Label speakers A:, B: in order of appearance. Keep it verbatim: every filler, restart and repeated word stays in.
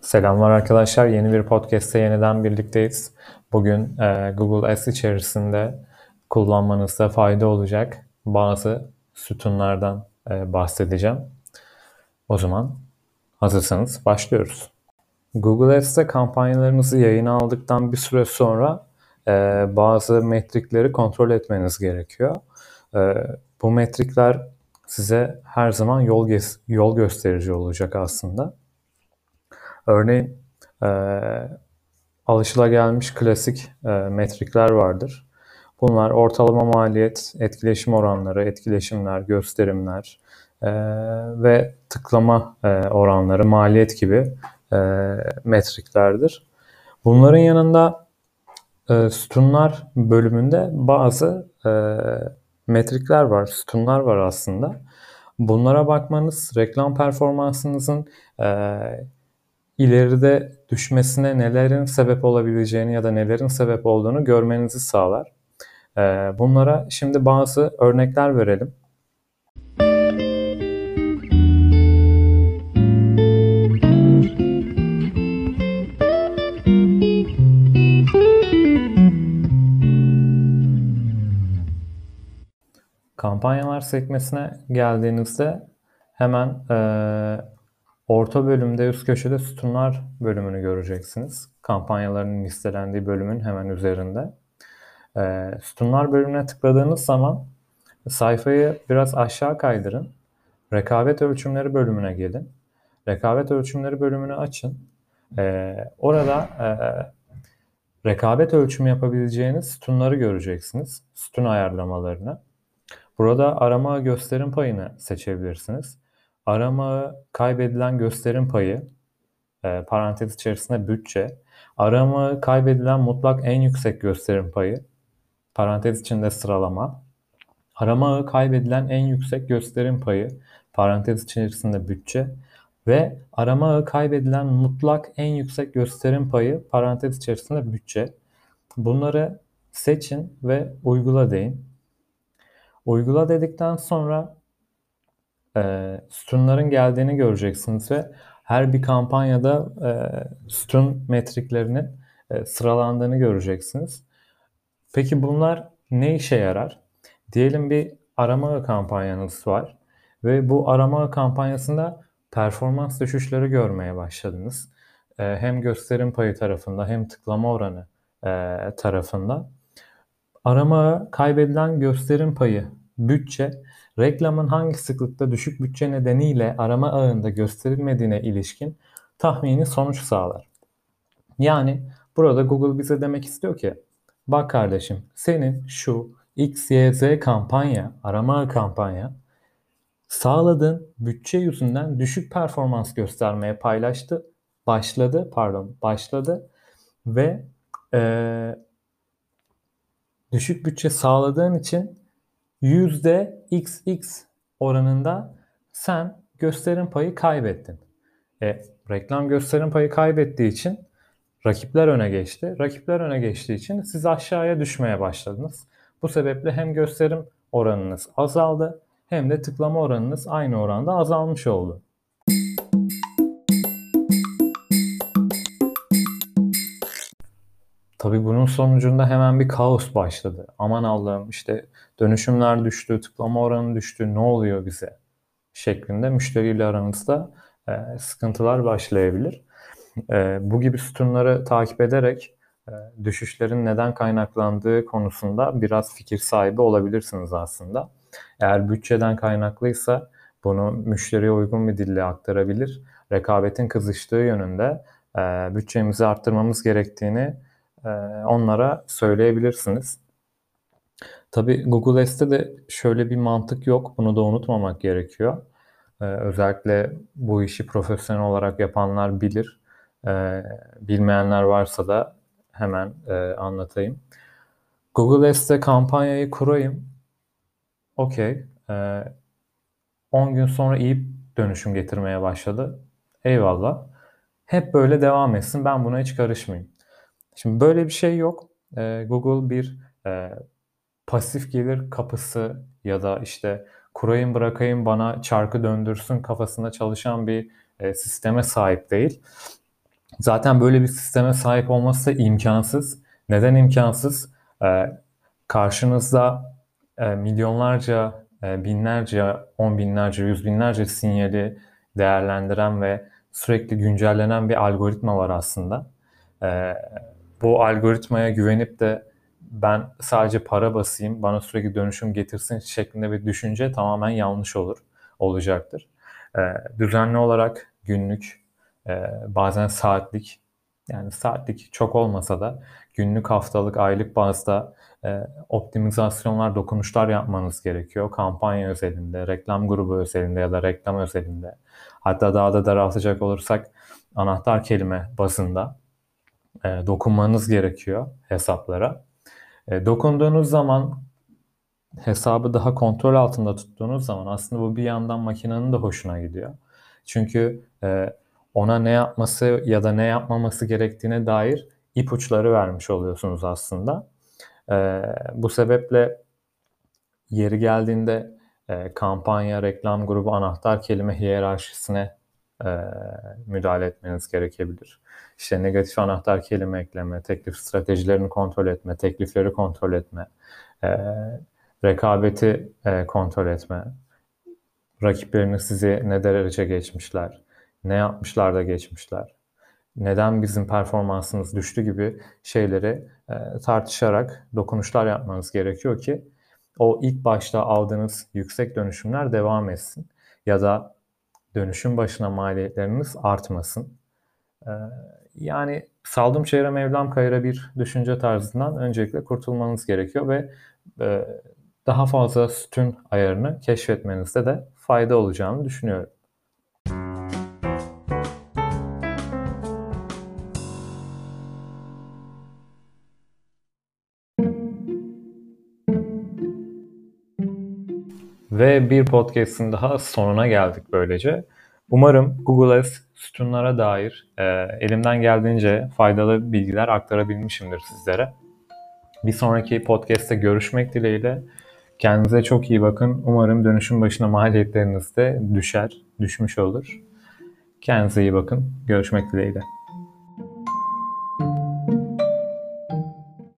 A: Selamlar arkadaşlar. Yeni bir podcast'te yeniden birlikteyiz. Bugün e, Google Ads içerisinde kullanmanızda fayda olacak bazı sütunlardan e, bahsedeceğim. O zaman hazırsanız başlıyoruz. Google Ads'te kampanyalarınızı yayına aldıktan bir süre sonra e, bazı metrikleri kontrol etmeniz gerekiyor. E, bu metrikler size her zaman yol, yol gösterici olacak aslında. Örneğin e, alışılagelmiş klasik e, metrikler vardır. Bunlar ortalama maliyet, etkileşim oranları, etkileşimler, gösterimler e, ve tıklama e, oranları, maliyet gibi e, metriklerdir. Bunların yanında e, sütunlar bölümünde bazı e, metrikler var, sütunlar var aslında. Bunlara bakmanız reklam performansınızın e, ileride düşmesine nelerin sebep olabileceğini ya da nelerin sebep olduğunu görmenizi sağlar. Bunlara şimdi bazı örnekler verelim. Kampanyalar sekmesine geldiğinizde hemen e, orta bölümde üst köşede sütunlar bölümünü göreceksiniz. Kampanyaların listelendiği bölümün hemen üzerinde. E, sütunlar bölümüne tıkladığınız zaman sayfayı biraz aşağı kaydırın. Rekabet ölçümleri bölümüne gelin. Rekabet ölçümleri bölümünü açın. E, orada e, rekabet ölçümü yapabileceğiniz sütunları göreceksiniz. Sütun ayarlamalarını. Burada arama gösterim payını seçebilirsiniz. Arama kaybedilen gösterim payı, e, parantez içerisinde bütçe. Arama kaybedilen mutlak en yüksek gösterim payı, parantez içinde sıralama. Arama kaybedilen en yüksek gösterim payı, parantez içerisinde bütçe. Ve arama kaybedilen mutlak en yüksek gösterim payı, parantez içerisinde bütçe. Bunları seçin ve uygula deyin. Uygula dedikten sonra e, sütunların geldiğini göreceksiniz ve her bir kampanyada e, sütun metriklerinin e, sıralandığını göreceksiniz. Peki bunlar ne işe yarar? Diyelim bir arama kampanyanız var ve bu arama kampanyasında performans düşüşleri görmeye başladınız. E, hem gösterim payı tarafında hem tıklama oranı e, tarafında. Arama kaybedilen gösterim payı, bütçe, reklamın hangi sıklıkta düşük bütçe nedeniyle arama ağında gösterilmediğine ilişkin tahmini sonuç sağlar. Yani burada Google bize demek istiyor ki, bak kardeşim senin şu X Y Z kampanya, arama ağı kampanya sağladığın bütçe yüzünden düşük performans göstermeye paylaştı, başladı, pardon, başladı ve ee, düşük bütçe sağladığın için yüzde X X oranında sen gösterim payı kaybettin. E, reklam gösterim payı kaybettiği için rakipler öne geçti. Rakipler öne geçtiği için siz aşağıya düşmeye başladınız. Bu sebeple hem gösterim oranınız azaldı hem de tıklama oranınız aynı oranda azalmış oldu. Tabii bunun sonucunda hemen bir kaos başladı. Aman Allah'ım işte dönüşümler düştü, tıklama oranı düştü, ne oluyor bize? Şeklinde müşteriyle aranızda e, sıkıntılar başlayabilir. E, bu gibi sütunları takip ederek e, düşüşlerin neden kaynaklandığı konusunda biraz fikir sahibi olabilirsiniz aslında. Eğer bütçeden kaynaklıysa bunu müşteriye uygun bir dille aktarabilir. Rekabetin kızıştığı yönünde e, bütçemizi arttırmamız gerektiğini e, onlara söyleyebilirsiniz. Tabii Google Ads'te de şöyle bir mantık yok. Bunu da unutmamak gerekiyor. Ee, özellikle bu işi profesyonel olarak yapanlar bilir. Ee, bilmeyenler varsa da hemen e, anlatayım. Google Ads'te kampanyayı kurayım. Okey. Ee, on gün sonra iyi dönüşüm getirmeye başladı. Eyvallah. Hep böyle devam etsin. Ben buna hiç karışmayayım. Şimdi böyle bir şey yok. Ee, Google bir e, pasif gelir kapısı ya da işte kurayım bırakayım bana çarkı döndürsün kafasında çalışan bir e, sisteme sahip değil. Zaten böyle bir sisteme sahip olması da imkansız. Neden imkansız? Ee, karşınızda e, milyonlarca, e, binlerce, on binlerce, yüz binlerce sinyali değerlendiren ve sürekli güncellenen bir algoritma var aslında. Ee, bu algoritmaya güvenip de ben sadece para basayım, bana sürekli dönüşüm getirsin şeklinde bir düşünce tamamen yanlış olur, olacaktır. Ee, düzenli olarak günlük, e, bazen saatlik, yani saatlik çok olmasa da günlük, haftalık, aylık bazda e, optimizasyonlar, dokunuşlar yapmanız gerekiyor. Kampanya özelinde, reklam grubu özelinde ya da reklam özelinde. Hatta daha da daraltacak olursak anahtar kelime bazında e, dokunmanız gerekiyor hesaplara. E, dokunduğunuz zaman, hesabı daha kontrol altında tuttuğunuz zaman aslında bu bir yandan makinenin de hoşuna gidiyor. Çünkü e, ona ne yapması ya da ne yapmaması gerektiğine dair ipuçları vermiş oluyorsunuz aslında. E, bu sebeple yeri geldiğinde e, kampanya, reklam grubu, anahtar kelime hiyerarşisine e, müdahale etmeniz gerekebilir. İşte negatif anahtar kelime ekleme, teklif stratejilerini kontrol etme, teklifleri kontrol etme, e, rekabeti e, kontrol etme, rakipleriniz sizi ne derece geçmişler, ne yapmışlar da geçmişler, neden bizim performansımız düştü gibi şeyleri e, tartışarak dokunuşlar yapmanız gerekiyor ki o ilk başta aldığınız yüksek dönüşümler devam etsin ya da dönüşüm başına maliyetleriniz artmasın. E, yani saldım çevre Mevlam kayıra bir düşünce tarzından öncelikle kurtulmanız gerekiyor ve e, daha fazla sütun ayarını keşfetmenizde de fayda olacağını düşünüyorum. Ve bir podcast'in daha sonuna geldik böylece. Umarım Google Ads sütunlara dair e, elimden geldiğince faydalı bilgiler aktarabilmişimdir sizlere. Bir sonraki podcast'te görüşmek dileğiyle. Kendinize çok iyi bakın. Umarım dönüşüm başına maliyetleriniz de düşer, düşmüş olur. Kendinize iyi bakın. Görüşmek dileğiyle.